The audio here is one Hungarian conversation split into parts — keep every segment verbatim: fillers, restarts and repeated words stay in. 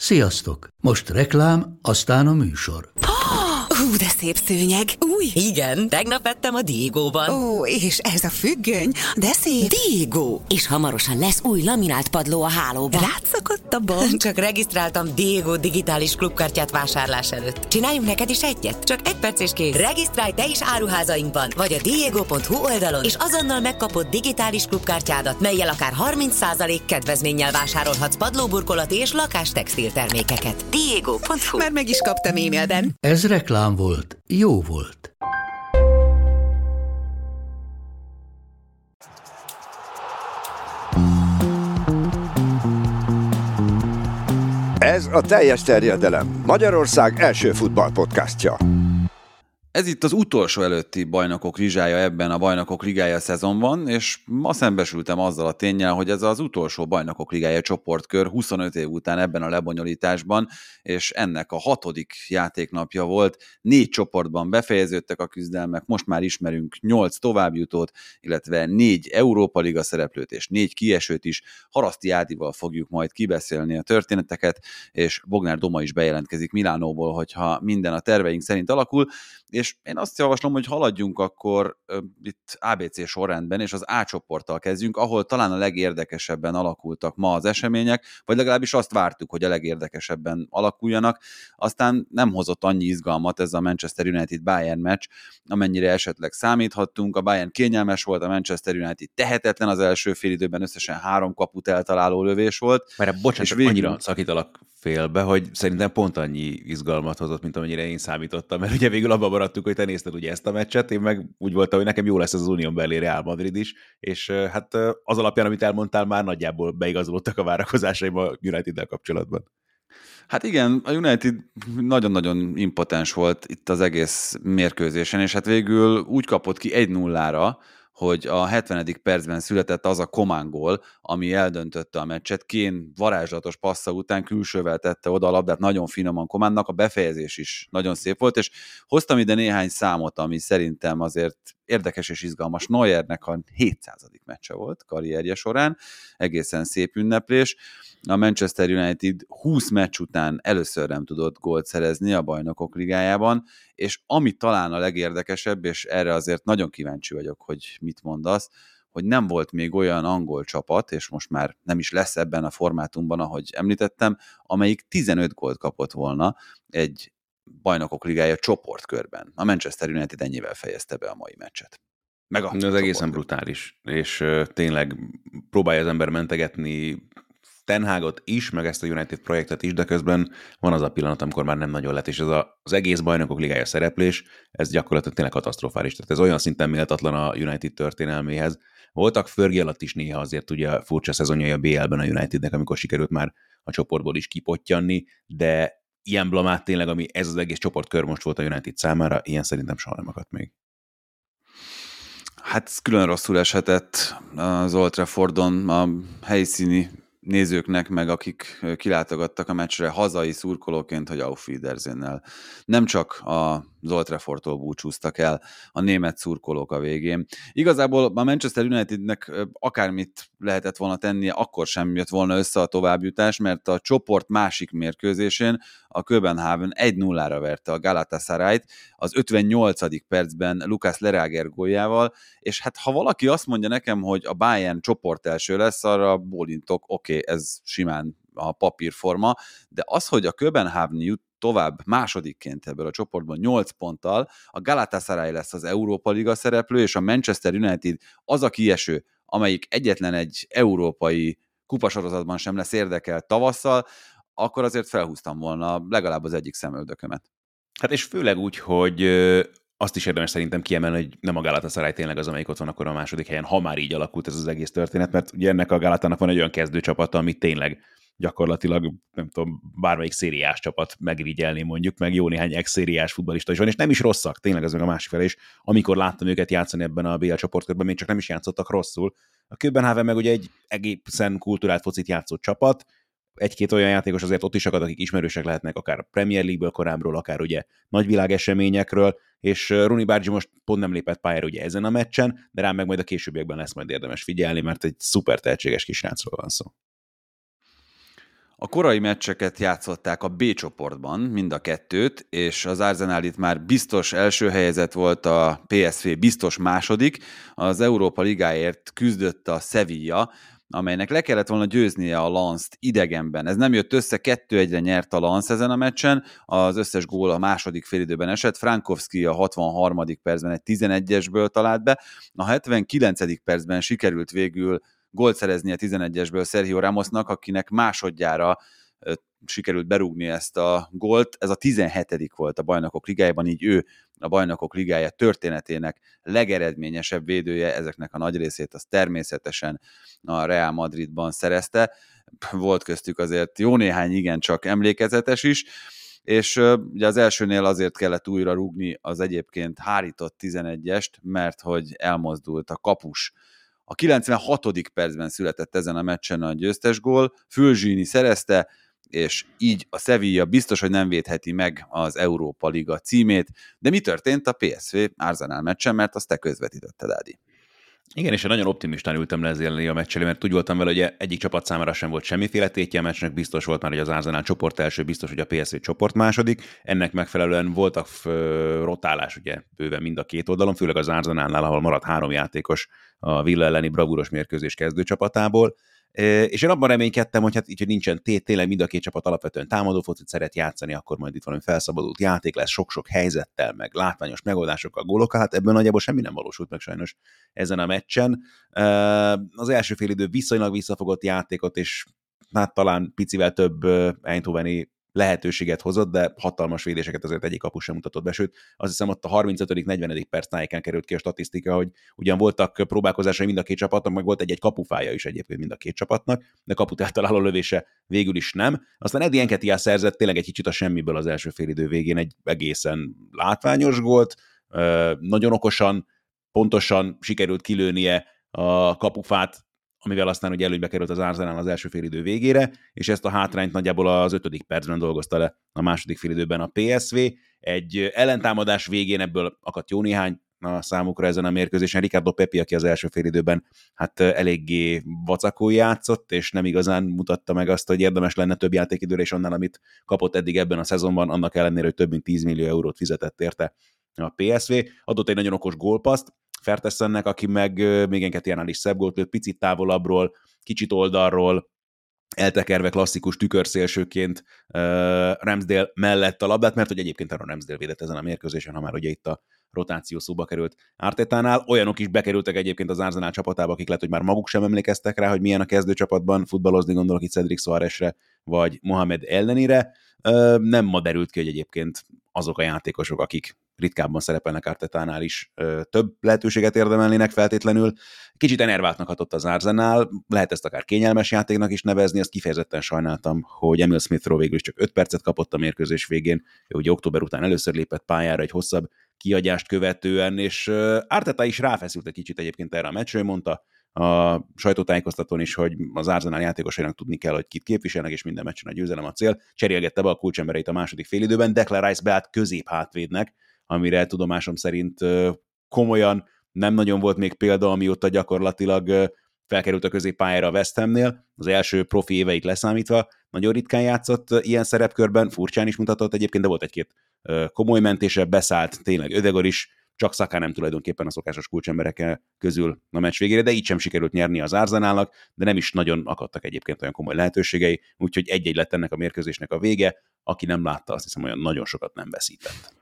Sziasztok! Most reklám, aztán a műsor. Hú, de szép szőnyeg. Új? Igen, tegnap vettem a Diegóban. Ó, és ez a függöny, de szép. Diegó! És hamarosan lesz új laminált padló a hálóban. Rátszakadt a bank. Csak regisztráltam Diegó digitális klubkártyát vásárlás előtt. Csináljunk neked is egyet? Csak egy perc és kész. Regisztrálj te is áruházainkban, vagy a diego pont hu oldalon, és azonnal megkapod digitális klubkártyádat, mellyel akár harminc százalék kedvezménnyel vásárolhatsz padlóburkolati és lakástextil termékeket. diego pont hu. Már meg is kaptam e-mailben. Ez reklám volt, jó volt. Ez a Teljes terjedelem, Magyarország első futballpodcastja. Ez itt az utolsó előtti Bajnokok Ligája ebben a Bajnokok Ligája szezonban, és ma szembesültem azzal a ténnyel, hogy ez az utolsó Bajnokok Ligája csoportkör huszonöt év után ebben a lebonyolításban, és ennek a hatodik játéknapja volt. Négy csoportban befejeződtek a küzdelmek, most már ismerünk nyolc továbbjutót, illetve négy Európa Liga szereplőt és négy kiesőt is. Haraszti Ádival fogjuk majd kibeszélni a történeteket, és Bognár Doma is bejelentkezik Milánóból, hogyha minden a terveink szerint alakul, és én azt javaslom, hogy haladjunk akkor uh, itt á bé cé sorrendben, és az A csoporttal kezdjünk, ahol talán a legérdekesebben alakultak ma az események, vagy legalábbis azt vártuk, hogy a legérdekesebben alakuljanak. Aztán nem hozott annyi izgalmat ez a Manchester United-Bayern meccs, amennyire esetleg számíthattunk. A Bayern kényelmes volt, a Manchester United tehetetlen, az első félidőben összesen három kaput eltaláló lövés volt. Mert bocsánat, és végül... annyira szakítalak félbe, hogy szerintem pont annyi izgalmat hozott, mint amennyire én számítottam, mert ugye végül abban maradtuk, hogy te nézted ugye ezt a meccset, én meg úgy voltam, hogy nekem jó lesz ez az Unión belé Real Madrid is, és hát az alapján, amit elmondtál, már nagyjából beigazolódtak a várakozásaim a United-del kapcsolatban. Hát igen, a United nagyon-nagyon impotens volt itt az egész mérkőzésen, és hát végül úgy kapott ki egy nullára, hogy a hetvenedik percben született az a Coman gól, ami eldöntötte a meccset. Kane varázslatos passza után külsővel tette oda a labdát, nagyon finoman Comannak, a befejezés is nagyon szép volt, és hoztam ide néhány számot, ami szerintem azért érdekes és izgalmas. Neuernek a hétszázadik meccse volt karrierje során, egészen szép ünneplés. A Manchester United húsz meccs után először nem tudott gólt szerezni a Bajnokok Ligájában, és ami talán a legérdekesebb, és erre azért nagyon kíváncsi vagyok, hogy mit mondasz, hogy nem volt még olyan angol csapat, és most már nem is lesz ebben a formátumban, ahogy említettem, amelyik tizenöt gólt kapott volna egy Bajnokok Ligája csoportkörben. A Manchester United ennyivel fejezte be a mai meccset. Meg a Ez egészen brutális, és uh, tényleg próbálja az ember mentegetni Ten Hagot is, meg ezt a United projektet is, de közben van az a pillanat, amikor már nem nagyon lett, és ez a, az egész Bajnokok Ligája szereplés, ez gyakorlatilag tényleg katasztrofális. Tehát ez olyan szinten méltatlan a United történelméhez. Voltak Fergie alatt is néha azért ugye furcsa szezonjai a bé el-ben a Unitednek, amikor sikerült már a csoportból is kipottyanni, de ilyen blamát tényleg, ami ez az egész csoportkör most volt a United számára, ilyen szerintem soha nem akadt még. Hát külön rosszul eshetett az Old Traffordon a helyszíni nézőknek, meg akik kilátogattak a meccsre hazai szurkolóként, hogy Auf Wiedersehennel. Nem csak az Old Traffordtól búcsúztak el a német szurkolók a végén. Igazából a Manchester Unitednek akármit lehetett volna tennie, akkor sem jött volna össze a továbbjutás, mert a csoport másik mérkőzésén a Köbenhavn egy nullára verte a Galatasarayt az ötvennyolcadik percben Lucas Lerager góljával, és hát ha valaki azt mondja nekem, hogy a Bayern csoport első lesz, arra bólintok, oké, okay, ez simán a papírforma, de az, hogy a Köbenhavn jut tovább másodikként ebből a csoportban nyolc ponttal, a Galatasaray lesz az Európa Liga szereplő, és a Manchester United az a kieső, amelyik egyetlen egy európai kupasorozatban sem lesz érdekelt tavasszal, akkor azért felhúztam volna legalább az egyik szemöldökömet. Hát és főleg úgy, hogy azt is érdemes szerintem kiemelni, hogy nem a Galatasaray tényleg az, amelyik ott van akkor a második helyen, ha már így alakult ez az egész történet, mert ugye ennek a Galatának van egy olyan kezdőcsapata, amit tényleg gyakorlatilag, nem tudom, bármelyik szériás csapat megirigyelni mondjuk, meg jó néhány ex-szériás futballista is van, és nem is rosszak, tényleg ez meg a másik fele is. Amikor láttam őket játszani ebben a bé el csoportkörben, még csak nem is játszottak rosszul. A Köbenhavn meg ugye egy egészen kulturált focit játszott csapat, egy-két olyan játékos azért ott is akad, akik ismerősek lehetnek, akár a Premier League-ből korábbról, akár ugye nagyvilág eseményekről, és Rooney Bargi most pont nem lépett pályára ugye ezen a meccsen, de rám meg majd a későbbiekben lesz majd érdemes figyelni, mert egy szuper tehetséges kisrácról van szó. A korai meccseket játszották a B csoportban, mind a kettőt, és az Arsenal itt már biztos első helyezett volt, a pé es vé biztos második, az Európa Ligáért küzdött a Sevilla, amelynek le kellett volna győznie a Lens-t idegenben. Ez nem jött össze, kettő egyre nyert a Lens ezen a meccsen, az összes gól a második félidőben esett, Frankowski a hatvanharmadik percben egy tizenegyesből talált be, a hetvenkilencedik percben sikerült végül gólt szerezni a tizenegyesből Sergio Ramosnak, akinek másodjára ö, sikerült berúgni ezt a gólt. Ez a tizenhetedik volt a Bajnokok Ligájában, így ő a Bajnokok Ligája történetének legeredményesebb védője, ezeknek a nagy részét az természetesen a Real Madridban szerezte. Volt köztük azért jó néhány igencsak emlékezetes is, és ö, ugye az elsőnél azért kellett újra rúgni az egyébként hárított tizenegyest, mert hogy elmozdult a kapus. A kilencvenhatodik percben született ezen a meccsen a győztes gól, Fulgini szerezte, és így a Sevilla biztos, hogy nem védheti meg az Európa Liga címét. De mi történt a pé es vé Arsenal meccsen, mert azt te közvetítetted, Ádi? Igen, és én nagyon optimistán ültem le ezért a meccsel, mert úgy voltam vele, hogy egyik csapat számára sem volt semmiféle tétje a meccsnek, biztos volt már, hogy az Arsenal csoport első, biztos, hogy a pé es vé csoport második. Ennek megfelelően voltak rotálás ugye bőven mind a két oldalon, főleg az Arsenalnál, ahol maradt három játékos a Villa elleni bravúros mérkőzés kezdőcsapatából. És én abban reménykedtem, hogy hát így, hogy nincsen tét, tényleg mind a két csapat alapvetően támadó focit szeret játszani, akkor majd itt valami felszabadult játék lesz, sok-sok helyzettel, meg látványos megoldásokkal, gólokkal, hát ebből nagyjából semmi nem valósult meg sajnos ezen a meccsen. Az első fél idő viszonylag visszafogott játékot, és hát talán picivel több eindhoveni lehetőséget hozott, de hatalmas védéseket azért egyik kapus sem mutatott be, sőt, azt hiszem ott a harmincötödik negyvenedik perc tájékán került ki a statisztika, hogy ugyan voltak próbálkozásai mind a két csapatnak, meg volt egy-egy kapufája is egyébként mind a két csapatnak, de kaput eltaláló lövése végül is nem. Aztán Eddie Nketiah szerzett tényleg egy kicsit a semmiből az első félidő végén egy egészen látványos gólt, nagyon okosan, pontosan sikerült kilőnie a kapufát, amivel aztán ugye előnybe került az Arsenal az első félidő végére, és ezt a hátrányt nagyjából az ötödik percben dolgozta le a második félidőben a pé es vé. Egy ellentámadás végén ebből akadt jó néhány a számukra ezen a mérkőzésen. Ricardo Pepi, aki az első félidőben hát eléggé vacakul játszott, és nem igazán mutatta meg azt, hogy érdemes lenne több játékidőre, és annál, amit kapott eddig ebben a szezonban, annak ellenére, hogy több mint tíz millió eurót fizetett érte a pé es vé. Adott egy nagyon okos gólpaszt Fertessennek, aki meg még Nketiahnál is szebb gólt lőtt, picit távolabbról, kicsit oldalról, eltekerve klasszikus tükörszélsőként uh, Ramsdale mellett a labdát, mert hogy egyébként Aaron Ramsdale védett ezen a mérkőzésen, ha már ugye itt a rotáció szóba került Artetánál. Olyanok is bekerültek egyébként az Arsenal csapatába, akik lehet, hogy már maguk sem emlékeztek rá, hogy milyen a kezdőcsapatban futballozni, gondolok itt Cedric Soaresre, vagy Mohamed Elnenire. Uh, nem ma derült ki, hogy egyébként azok a játékosok, akik ritkábban szerepelnek Artetánál is, ö, több lehetőséget érdemelnének feltétlenül. Kicsit enerváltnak hatott az Arsenal, lehet ezt akár kényelmes játéknak is nevezni, azt kifejezetten sajnáltam, hogy Emil Smith-ról végül is csak öt percet kapott a mérkőzés végén, ő ugye október után először lépett pályára egy hosszabb kiagyást követően, és ö, Arteta is ráfeszült egy kicsit egyébként erre a meccsről, mondta a sajtótájékoztatón is, hogy az Arsenal játékosainak tudni kell, hogy kit képviselnek, és minden meccsen a győzelem a cél. Cserélgette be a kulcsembereit a második félidőben, Declan Rice beállt középhátvédnek, amire tudomásom szerint komolyan nem nagyon volt még példa, amióta gyakorlatilag felkerült a középpályára a West Hamnél, az első profi éveit leszámítva, nagyon ritkán játszott ilyen szerepkörben, furcsán is mutatott egyébként, de volt egy-két komoly mentése, beszállt tényleg Ödegaard is, csak Saka nem tulajdonképpen a szokásos kulcsemberek közül a meccs végére, de így sem sikerült nyerni az Arsenalnak, de nem is nagyon akadtak egyébként olyan komoly lehetőségei, úgyhogy egy-egy lett ennek a mérkőzésnek a vége, aki nem látta, azt hiszem olyan nagyon sokat nem veszített.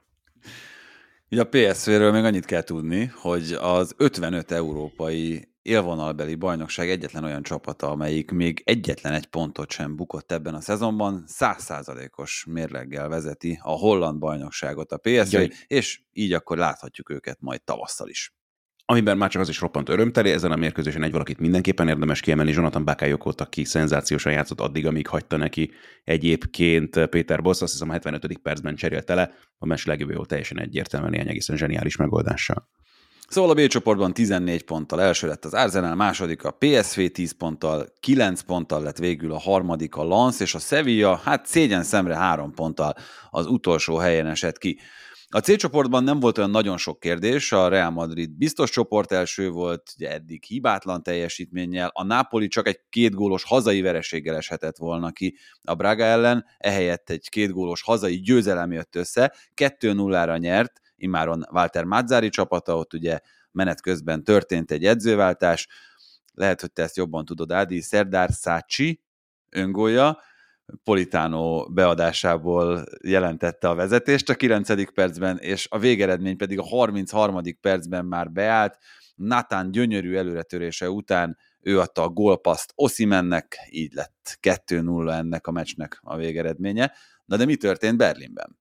Ugye a pé es vé-ről még annyit kell tudni, hogy az ötvenöt európai élvonalbeli bajnokság egyetlen olyan csapata, amelyik még egyetlen egy pontot sem bukott ebben a szezonban, száz százalékos mérleggel vezeti a holland bajnokságot a pé es vé, Jaj. És így akkor láthatjuk őket majd tavasszal is. Amiben már csak az is roppant örömteli, ezen a mérkőzésen egy valakit mindenképpen érdemes kiemelni, Jonathan Bakayokót, aki szenzációsan játszott addig, amíg hagyta neki egyébként Péter Bosz, azt hiszem a hetvenötödik percben cserélte le, a meccs legjobb volt teljesen egyértelműen ilyen egészen zseniális megoldással. Szóval a B csoportban tizennégy ponttal első lett az Arsenal, második a pé es vé tíz ponttal, kilenc ponttal lett végül a harmadik a Lens, és a Sevilla, hát szégyen szemre három ponttal az utolsó helyen esett ki. A C csoportban nem volt olyan nagyon sok kérdés, a Real Madrid biztos csoport első volt, ugye eddig hibátlan teljesítménnyel, a Napoli csak egy két gólos hazai vereséggel eshetett volna ki a Braga ellen, ehelyett egy két gólos hazai győzelem jött össze, kettő nullára nyert, immáron Walter Mazzarri csapata, ott ugye menet közben történt egy edzőváltás, lehet, hogy te ezt jobban tudod, Ádi, Serdar Sacchi öngólja, Politano beadásából jelentette a vezetést a kilencedik percben, és a végeredmény pedig a harmincharmadik percben már beállt. Nathan gyönyörű előretörése után ő adta a gólpaszt Osimhennek, így lett kettő nulla ennek a meccsnek a végeredménye. Na de mi történt Berlinben?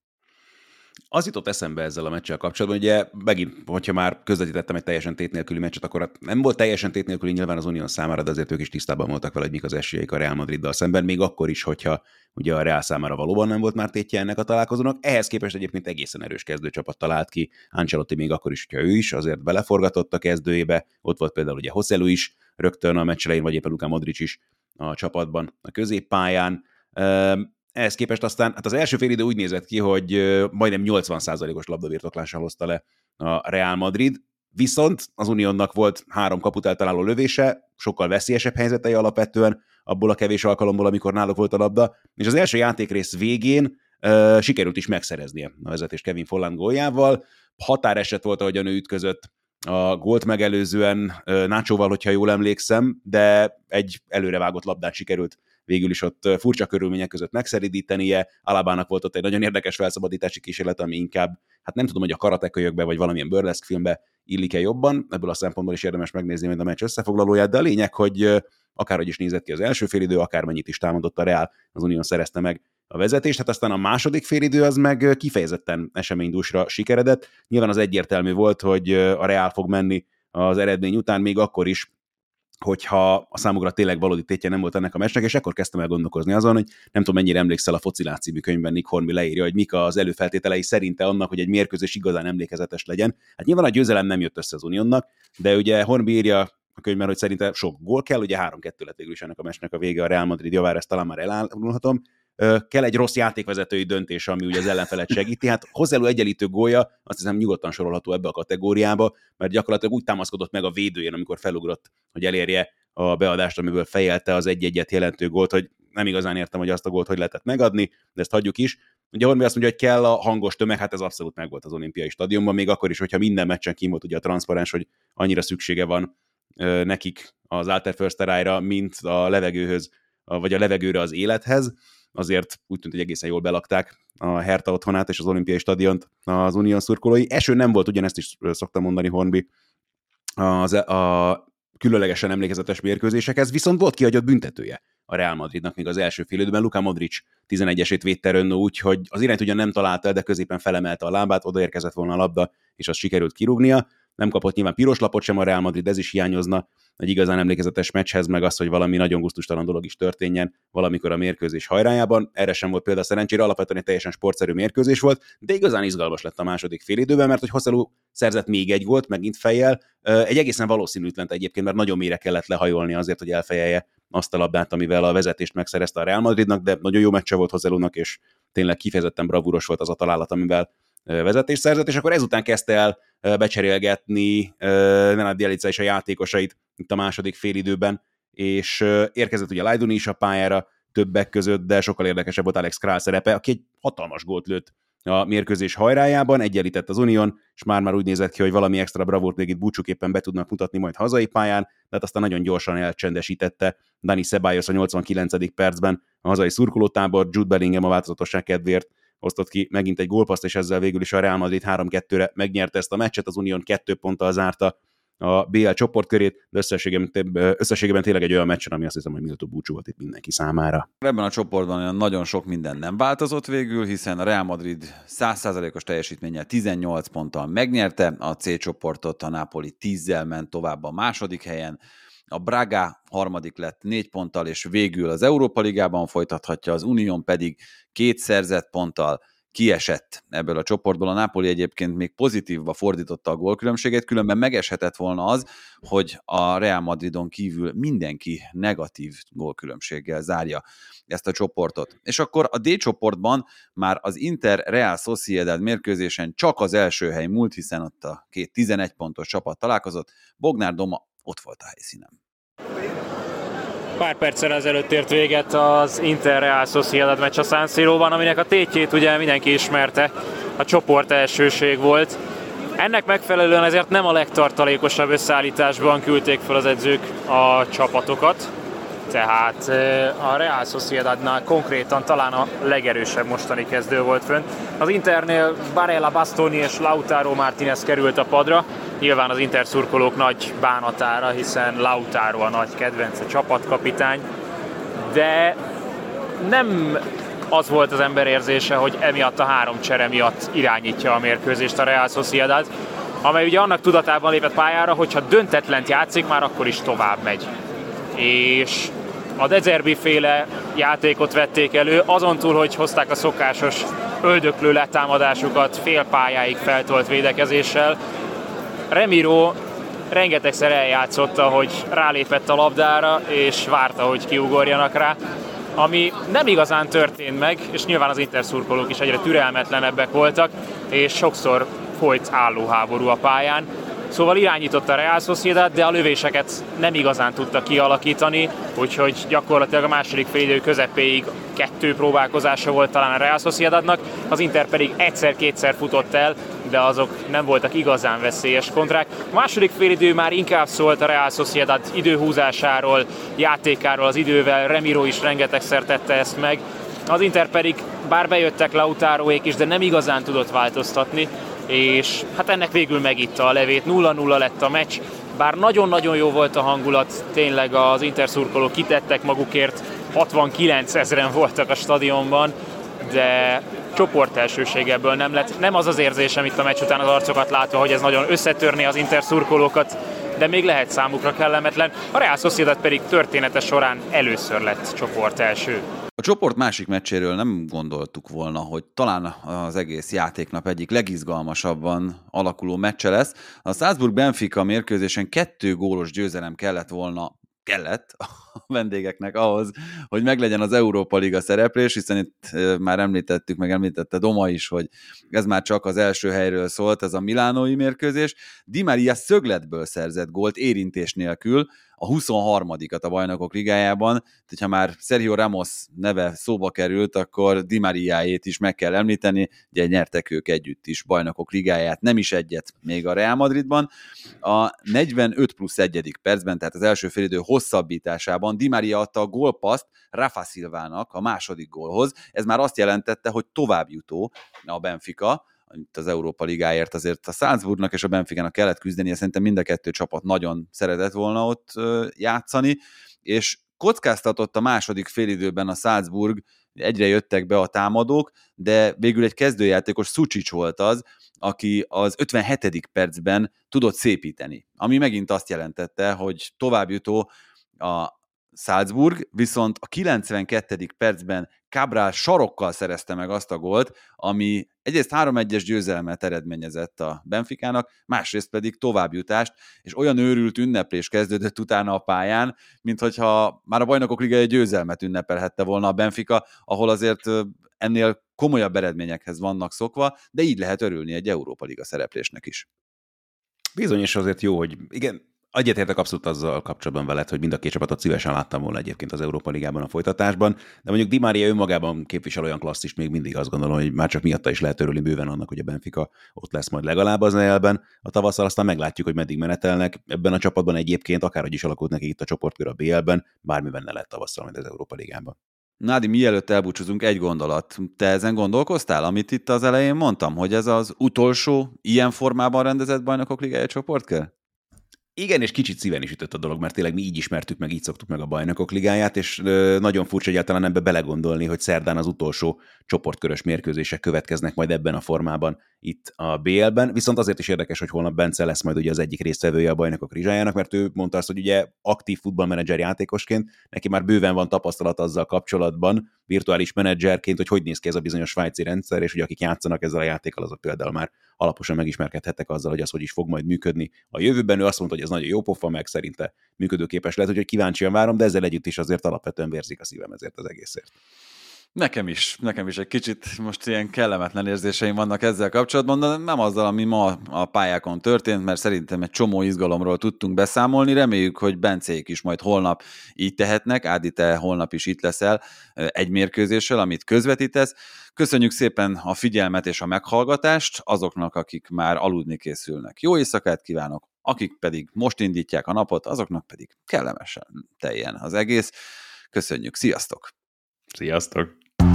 Az jutott eszembe ezzel a meccsel kapcsolatban, ugye megint, hogyha már közvetítettem egy teljesen tét nélküli meccset, akkor nem volt teljesen tét nélküli nyilván az Unión számára, de azért ők is tisztában voltak vele, hogy mik az esélyeik a Real Madriddal szemben, még akkor is, hogyha ugye a Real számára valóban nem volt már tétje ennek a találkozónak. Ehhez képest egyébként egészen erős kezdőcsapat talált ki, Ancelotti még akkor is, hogyha ő is, azért beleforgatott a kezdőjébe, ott volt például ugye José Luis rögtön a meccs elején, vagy éppen Luka Modric is a csapatban, a középpályán. Ehhez képest aztán, hát az első fél idő úgy nézett ki, hogy majdnem nyolcvan százalékos labdabirtoklással hozta le a Real Madrid, viszont az Unionnak volt három kaput eltaláló lövése, sokkal veszélyesebb helyzetei alapvetően abból a kevés alkalomból, amikor náluk volt a labda, és az első játékrész végén uh, sikerült is megszereznie a vezetést Kevin Folland góljával. Határeset volt, ahogyan ő ütközött a gólt megelőzően uh, Nachóval, hogyha jól emlékszem, de egy előrevágott labdát sikerült végül is ott furcsa körülmények között megszeridítenie. Alabának volt ott egy nagyon érdekes felszabadítási kísérlet, ami inkább, hát nem tudom, hogy a karatekölyökbe vagy valamilyen burleszk filmbe illik-e jobban, ebből a szempontból is érdemes megnézni majd a meccs összefoglalóját, de a lényeg, hogy akárhogy is nézett ki az első félidő, akármennyit is támadott a Real, az Unión szerezte meg a vezetést, hát aztán a második félidő az meg kifejezetten eseménydúsra sikeredett. Nyilván az egyértelmű volt, hogy a Real fog menni az eredmény után, még akkor is, hogyha a számukra tényleg valódi tétje nem volt ennek a meccsnek, és akkor kezdtem el gondolkozni azon, hogy nem tudom, mennyire emlékszel, a Focilát című könyvben Nick Hornby leírja, hogy mik az előfeltételei szerinte annak, hogy egy mérkőzés igazán emlékezetes legyen. Hát nyilván a győzelem nem jött össze az Unionnak, de ugye Hornby írja a könyvben, hogy szerinte sok gól kell, ugye három kettő lett végül is ennek a meccsnek a vége a Real Madrid javára, ezt talán már elárulhatom. Kell egy rossz játékvezetői döntés, ami ugye az ellenfelet segíti. Hát José Lu egyenlítő gólja, azt hiszem nyugodtan sorolható ebbe a kategóriába, mert gyakorlatilag úgy támaszkodott meg a védőjén, amikor felugrott, hogy elérje a beadást, amiből fejelte az egy-egyet jelentő gólt, hogy nem igazán értem, hogy azt a gólt hogy lehetett megadni, de ezt hagyjuk is. Ugye Hornby azt mondja, hogy kell a hangos tömeg, hát ez abszolút megvolt az olimpiai stadionban, még akkor is, hogyha minden meccsen kim volt ugye a transzparens, hogy annyira szüksége van ö, nekik az Alter Försterájra, mint a levegőhöz, vagy a levegőre az élethez. Azért úgy tűnt, hogy egészen jól belakták a Hertha otthonát és az olimpiai stadiont az Unión szurkolói. Eső nem volt, ugyanezt is szoktam mondani Hornby az, a különlegesen emlékezetes mérkőzésekhez, viszont volt kihagyott büntetője a Real Madridnak még az első fél időben. Luka Modric tizenegyesét védte Renault úgy, hogy az irányt ugyan nem találta el, de középen felemelte a lábát, odaérkezett volna a labda, és azt sikerült kirúgnia. Nem kapott nyilván piros lapot sem a Real Madrid, ez is hiányozna egy igazán emlékezetes meccshez, meg az, hogy valami nagyon gusztustalan dolog is történjen valamikor a mérkőzés hajrájában. Erre sem volt példa szerencsére, alapvetően egy teljesen sportszerű mérkőzés volt, de igazán izgalmas lett a második félidőben, mert hogy José Lu szerzett még egy gólt, megint fejjel. Egy egészen valószínűtlen egyébként, mert nagyon mélyre kellett lehajolni azért, hogy elfejelje azt a labdát, amivel a vezetést megszerezte a Real Madridnak, de nagyon jó meccse volt José Lunak, és tényleg kifejezetten bravúros volt az a találat, amivel vezetést szerzett, és akkor ezután kezdte el becserélgetni Nenad Bjelica és a játékosait itt a második félidőben, és érkezett ugye Lajduni is a pályára többek között, de sokkal érdekesebb volt Alex Král szerepe, aki egy hatalmas gólt lőtt a mérkőzés hajrájában, egyenlített az Unión, és már-már úgy nézett ki, hogy valami extra bravúrt még itt búcsúképpen be tudnak mutatni majd hazai pályán, de hát aztán nagyon gyorsan elcsendesítette Dani Ceballos a nyolcvankilencedik percben a hazai szurkolótábor, Jude Bellingham a változatosság kedvéért osztott ki megint egy gólpaszt, és ezzel végül is a Real Madrid három kettőre megnyerte ezt a meccset, az Unión kettő ponttal zárta a bé el csoportkörét, de összességében, összességében tényleg egy olyan meccsen, ami azt hiszem, hogy méltó búcsú volt itt mindenki számára. Ebben a csoportban olyan nagyon sok minden nem változott végül, hiszen a Real Madrid száz százalékos teljesítménnyel tizennyolc ponttal megnyerte a C csoportot, a Napoli tízzel ment tovább a második helyen, a Braga harmadik lett négy ponttal, és végül az Európa Ligában folytathatja, az Unión pedig két szerzett ponttal kiesett ebből a csoportból. A Napoli egyébként még pozitívba fordította a gólkülönbséget, különben megeshetett volna az, hogy a Real Madridon kívül mindenki negatív gólkülönbséggel zárja ezt a csoportot. És akkor a D csoportban már az Inter Real Sociedad mérkőzésen csak az első hely múlt, hiszen ott a két tizenegy pontos csapat találkozott. Bognár Doma ott volt a helyszínen. Pár perccel ezelőtt ért véget az Inter Real Sociedad meccs a San Siróban, aminek a tétjét ugye mindenki ismerte, a csoport elsőség volt. Ennek megfelelően ezért nem a legtartalékosabb összeállításban küldték fel az edzők a csapatokat, tehát a Real Sociedadnál konkrétan talán a legerősebb mostani kezdő volt fönn. Az Internél Barella, Bastoni és Lautaro Martínez került a padra, nyilván az Inter szurkolók nagy bánatára, hiszen Lautaro a nagy kedvence, csapatkapitány, de nem az volt az ember érzése, hogy emiatt a három csere miatt irányítja a mérkőzést a Real Sociedad, amely ugye annak tudatában lépett pályára, hogyha döntetlent játszik, már akkor is tovább megy. És a De Zerbi féle játékot vették elő, azon túl, hogy hozták a szokásos öldöklő letámadásukat fél pályáig feltolt védekezéssel. Remiro rengetegszer eljátszotta, hogy rálépett a labdára, és várta, hogy kiugorjanak rá, ami nem igazán történt meg, és nyilván az Inter szurkolók is egyre türelmetlenebbek voltak, és sokszor folyt állóháború a pályán. Szóval irányított a Real Sociedad, de a lövéseket nem igazán tudta kialakítani, úgyhogy gyakorlatilag a második félidő közepéig kettő próbálkozása volt talán a Real Sociedadnak, az Inter pedig egyszer-kétszer futott el, de azok nem voltak igazán veszélyes kontrák. A második félidő már inkább szólt a Real Sociedad időhúzásáról, játékáról az idővel, Remiro is rengetegszer tette ezt meg. Az Inter pedig, bár bejöttek Lautaroék is, de nem igazán tudott változtatni, és hát ennek végül megitta a levét, nulla nulla lett a meccs, bár nagyon-nagyon jó volt a hangulat, tényleg az Inter szurkolók kitettek magukért, hatvankilencezren voltak a stadionban, de csoportelsőség ebből nem lett. Nem az az érzésem itt a meccs után az arcokat látva, hogy ez nagyon összetörné az Inter szurkolókat, de még lehet számukra kellemetlen. A Real Sociedad pedig története során először lett csoportelső. A csoport másik meccséről nem gondoltuk volna, hogy talán az egész játéknap egyik legizgalmasabban alakuló meccse lesz. A Salzburg-Benfica mérkőzésen kettő gólos győzelem kellett volna, kellett a vendégeknek ahhoz, hogy meglegyen az Európa Liga szereplés, hiszen itt már említettük, meg említette Doma is, hogy ez már csak az első helyről szólt, ez a milánói mérkőzés. Di Maria szögletből szerzett gólt érintés nélkül, a huszonharmadikat a Bajnokok Ligájában, tehát ha már Sergio Ramos neve szóba került, akkor Di Mariáét is meg kell említeni, ugye nyertek ők együtt is Bajnokok Ligáját, nem is egyet még a Real Madridban. A negyvenöt plusz egyedik percben, tehát az első félidő hosszabbításában Di Maria adta a gólpaszt Rafa Silvának a második gólhoz, ez már azt jelentette, hogy továbbjutó a Benfica, itt az Európa Ligáért azért a Salzburgnak és a Benficának kellett küzdenie, szerintem mind a kettő csapat nagyon szeretett volna ott játszani, és kockáztatott a második félidőben a Salzburg, egyre jöttek be a támadók, de végül egy kezdőjátékos, Sučić volt az, aki az ötvenhetedik percben tudott szépíteni, ami megint azt jelentette, hogy továbbjutó a Salzburg, viszont a kilencvenkettedik percben Cabral sarokkal szerezte meg azt a gólt, ami egyrészt három egyes győzelmet eredményezett a Benficának, másrészt pedig továbbjutást, és olyan őrült ünneplés kezdődött utána a pályán, mint hogyha már a Bajnokok Ligája győzelmet ünnepelhette volna a Benfica, ahol azért ennél komolyabb eredményekhez vannak szokva, de így lehet örülni egy Európa Liga szereplésnek is. Bizony, és azért jó, hogy igen, egyetértek abszolút azzal kapcsolatban veled, hogy mind a két csapatot szívesen láttam volna egyébként az Európa Ligában a folytatásban, de mondjuk Di Maria önmagában képvisel olyan klasszist, még mindig azt gondolom, hogy már csak miatta is lehet örülni bőven annak, hogy a Benfica ott lesz majd legalább az elben a tavasszal, aztán meglátjuk, hogy meddig menetelnek. Ebben a csapatban egyébként akárhogy is alakult neki itt a csoportkör a bé el-ben, bármiben ne lehet tavasszal, mint az Európa Ligában. Nádi, mielőtt elbúcsúzunk, egy gondolat. Te ezen gondolkoztál, amit itt az elején mondtam, hogy ez az utolsó ilyen formában rendezett Bajnokok Ligája csoportkör? Igen, és kicsit szíven is ütött a dolog, mert tényleg mi így ismertük meg, így szoktuk meg a Bajnokok Ligáját, és ö, nagyon furcsa egyáltalán ebbe belegondolni, hogy szerdán az utolsó csoportkörös mérkőzések következnek majd ebben a formában itt a bé el-ben, viszont azért is érdekes, hogy holnap Bence lesz majd ugye az egyik résztvevője a Bajnokok Rizsájának, mert ő mondta azt, hogy ugye aktív futballmenedzser játékosként neki már bőven van tapasztalat azzal kapcsolatban, virtuális menedzserként, hogy hogy néz ki ez a bizonyos svájci rendszer, és hogy akik játszanak ezzel a játékkal, azok például már alaposan megismerkedhettek azzal, hogy az hogy is fog majd működni a jövőben. Ő azt mondta, hogy ez nagyon jó pofa, meg szerinte működőképes lehet, úgyhogy kíváncsian várom, de ezzel együtt is azért alapvetően vérzik a szívem ezért az egészért. Nekem is, nekem is egy kicsit most ilyen kellemetlen érzéseim vannak ezzel kapcsolatban, de nem azzal, ami ma a pályákon történt, mert szerintem egy csomó izgalomról tudtunk beszámolni. Reméljük, hogy Bencék is majd holnap így tehetnek. Ádi, te holnap is itt leszel egy mérkőzéssel, amit közvetítesz. Köszönjük szépen a figyelmet és a meghallgatást azoknak, akik már aludni készülnek. Jó éjszakát kívánok, akik pedig most indítják a napot, azoknak pedig kellemesen teljen az egész. Köszönjük, sziasztok! Sziasztok!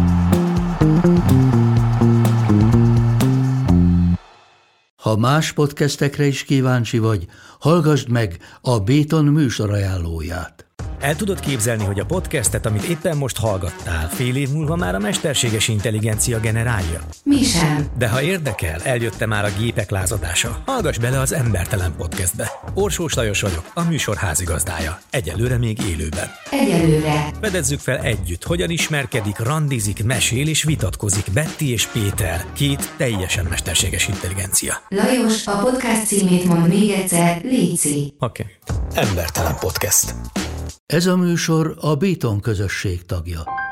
Ha más podcastekre is kíváncsi vagy, hallgassd meg a Béton műsor ajánlóját. El tudod képzelni, hogy a podcastet, amit éppen most hallgattál, fél év múlva már a mesterséges intelligencia generálja? Mi sem. De ha érdekel, eljött már a gépek lázadása. Hallgass bele az Embertelen Podcastbe. Orsós Lajos vagyok, a műsor házigazdája. Egyelőre még élőben. Egyelőre. Fedezzük fel együtt, hogyan ismerkedik, randizik, mesél és vitatkozik Betty és Péter, két teljesen mesterséges intelligencia. Lajos, a podcast címét mond még egyszer, léci. Oké. Okay. Embertelen Podcast. Ez a műsor a Béton közösség tagja.